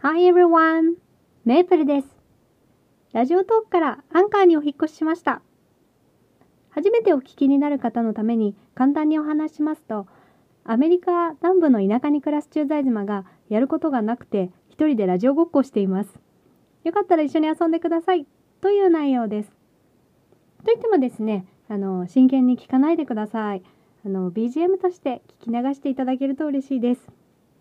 Hi everyone! メープルです。ラジオトークからアンカーにお引っ越ししました。初めてお聞きになる方のために簡単にお話ししますと、アメリカ南部の田舎に暮らす駐在妻がやることがなくて一人でラジオごっこをしています。よかったら一緒に遊んでくださいという内容です。といってもですね、真剣に聞かないでください。BGM として聞き流していただけると嬉しいです。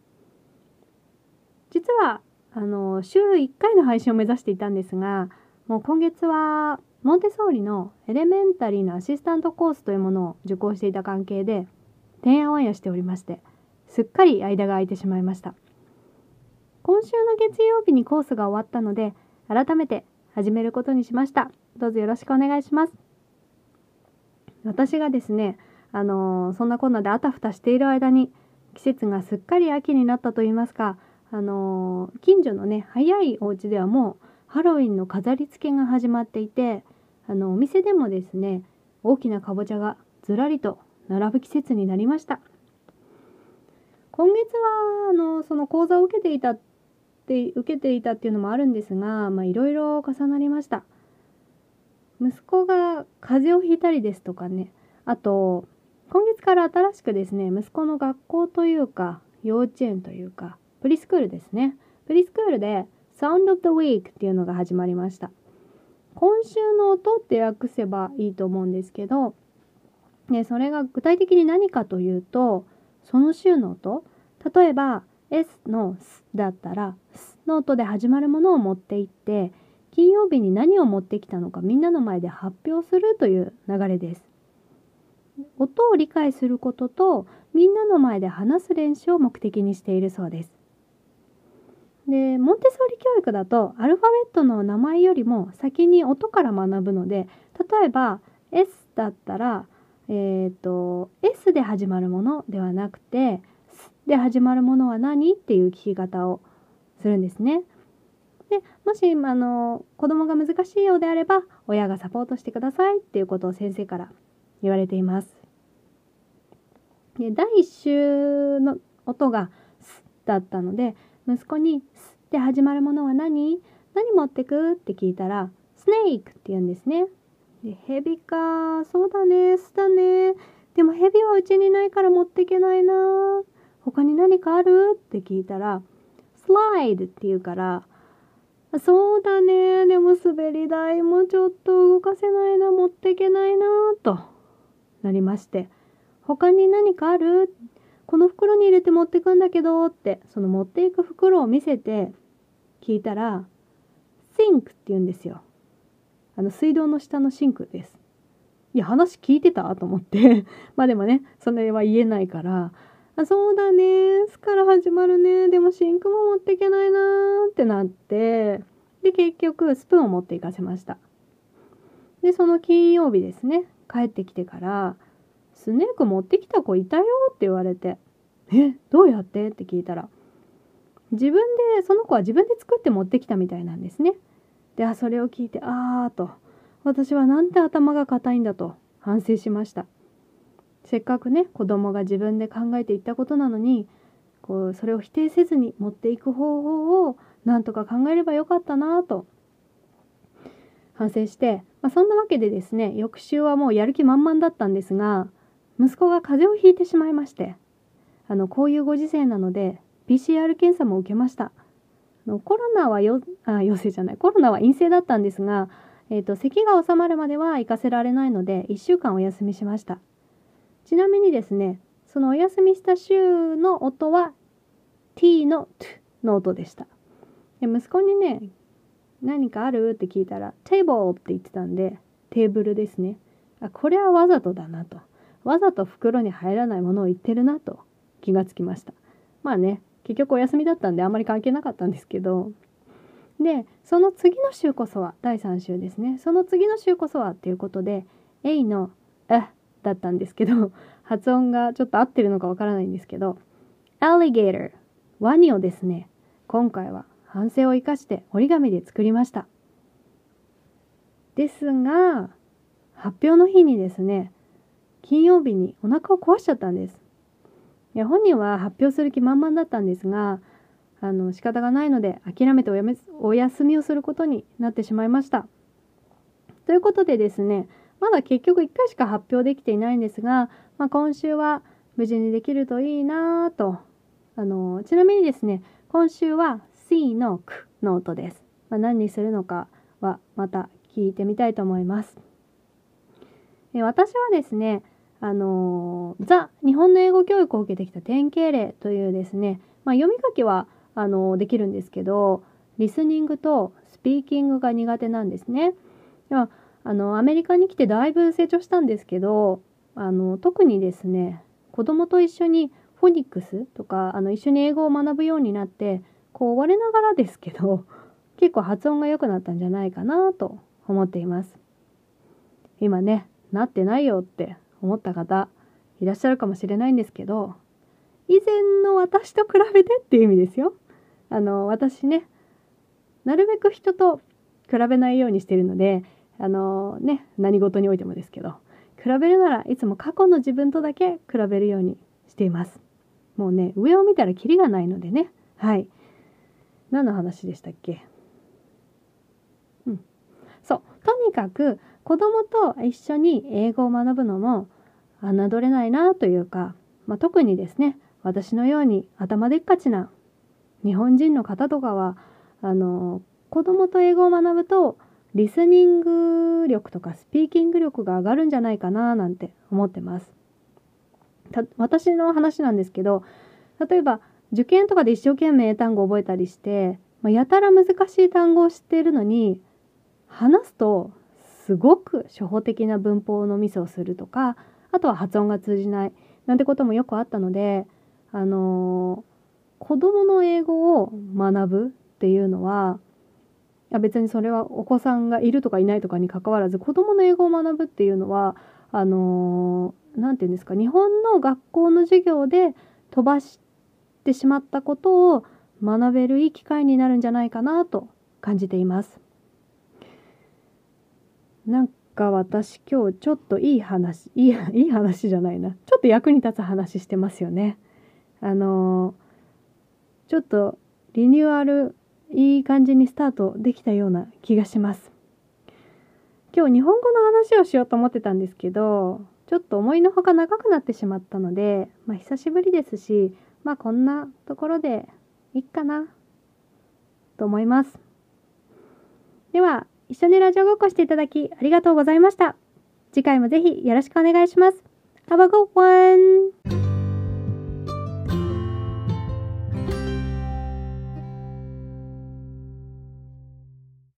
実は週1回の配信を目指していたんですが、もう今月はモンテソーリのエレメンタリーのアシスタントコースというものを受講していた関係でてんやわんやしておりまして、すっかり間が空いてしまいました。今週の月曜日にコースが終わったので、改めて始めることにしました。どうぞよろしくお願いします。私がですね、そんなこんなであたふたしている間に季節がすっかり秋になったといいますか、近所のね早いお家ではもうハロウィンの飾り付けが始まっていて、お店でもですね大きなかぼちゃがずらりと並ぶ季節になりました。今月はその講座を受けていたっていうのもあるんですが、いろいろ重なりました。息子が風邪をひいたりですとかね、あと今月から新しくですね、息子の学校というか幼稚園というかプリスクールですね。プリスクールで Sound of the Week っていうのが始まりました。今週の音って訳せばいいと思うんですけど、それが具体的に何かというと、その週の音、例えば S の S だったら S の音で始まるものを持っていって、金曜日に何を持ってきたのかみんなの前で発表するという流れです。音を理解することとみんなの前で話す練習を目的にしているそうです。で、モンテソーリ教育だとアルファベットの名前よりも先に音から学ぶので、例えば S だったら、S で始まるものではなくて S で始まるものは何っていう聞き方をするんですね。で、もし子供が難しいようであれば親がサポートしてくださいっていうことを先生から言われています。で、第1週の音が S だったので、息子に「ス」で始まるものは何持ってくって聞いたら「スネーク」って言うんですね。で、ヘビか、そうだね、スだね。でもヘビはうちにないから持ってけないな。他に何かあるって聞いたら「スライド」って言うから、そうだね、でも滑り台もちょっと動かせないな、持ってけないなとなりまして、他に何かある？この袋に入れて持ってくんだけどって、その持っていく袋を見せて聞いたらシンクって言うんですよ。水道の下のシンクです。いや、話聞いてたと思ってでもね、それは言えないから、そうだね、スから始まるね、でもシンクも持っていけないなってなって、で結局スプーンを持っていかせました。でその金曜日ですね、帰ってきてからスネーク持ってきた子いたよって言われて、どうやってって聞いたら、その子は自分で作って持ってきたみたいなんですね。で、それを聞いて、私はなんて頭が固いんだと反省しました。せっかくね、子供が自分で考えていったことなのに、それを否定せずに持っていく方法をなんとか考えればよかったなと反省して、そんなわけでですね、翌週はもうやる気満々だったんですが、息子が風邪をひいてしまいまして、こういうご時世なので PCR 検査も受けました。コロナはコロナは陰性だったんですが、咳が治まるまでは行かせられないので1週間お休みしました。ちなみにですね、そのお休みした週の音は T の T の音でした。で、息子にね、何かあるって聞いたら Table って言ってたんで、テーブルですね。これはわざとだなと、わざと袋に入らないものを言ってるなと気がつきました。結局お休みだったんであんまり関係なかったんですけど、でその次の週こそは、第3週ですね、その次の週こそはっていうことで A のだったんですけど、発音がちょっと合ってるのかわからないんですけど、Alligator、ワニをですね、今回は反省を生かして折り紙で作りました。ですが発表の日にですね、金曜日にお腹を壊しちゃったんです。本人は発表する気満々だったんですが、 仕方がないので諦めてお休みをすることになってしまいました。ということでですね、まだ結局1回しか発表できていないんですが、今週は無事にできるといいなぁと。ちなみにですね、今週は C のくの音です。何にするのかはまた聞いてみたいと思います。私はですね、日本の英語教育を受けてきた典型例というですね、読み書きはできるんですけど、リスニングとスピーキングが苦手なんですね。アメリカに来てだいぶ成長したんですけど、特にですね、子供と一緒にフォニックスとか一緒に英語を学ぶようになって、我ながらですけど結構発音が良くなったんじゃないかなと思っています。今ね、なってないよって思った方いらっしゃるかもしれないんですけど、以前の私と比べてっていう意味ですよ。私ね、なるべく人と比べないようにしているので、何事においてもですけど、比べるならいつも過去の自分とだけ比べるようにしています。もうね、上を見たらキリがないのでね。はい。何の話でしたっけ？そう。とにかく子供と一緒に英語を学ぶのも侮れないなというか、特にですね、私のように頭でっかちな日本人の方とかは、子供と英語を学ぶとリスニング力とかスピーキング力が上がるんじゃないかななんて思ってます。私の話なんですけど、例えば受験とかで一生懸命英単語を覚えたりして、やたら難しい単語を知っているのに話すとすごく初歩的な文法のミスをするとか、あとは発音が通じないなんてこともよくあったので、子供の英語を学ぶっていうのは、別にそれはお子さんがいるとかいないとかに関わらず、子供の英語を学ぶっていうのはなんていうんですか、日本の学校の授業で飛ばしてしまったことを学べるいい機会になるんじゃないかなと感じています。なんか私今日ちょっといい話じゃないな。ちょっと役に立つ話してますよね。ちょっとリニューアルいい感じにスタートできたような気がします。今日日本語の話をしようと思ってたんですけど、ちょっと思いのほか長くなってしまったので、久しぶりですし、こんなところでいいかなと思います。では、一緒にラジオごっこしていただきありがとうございました。次回もぜひよろしくお願いします。Have a good one!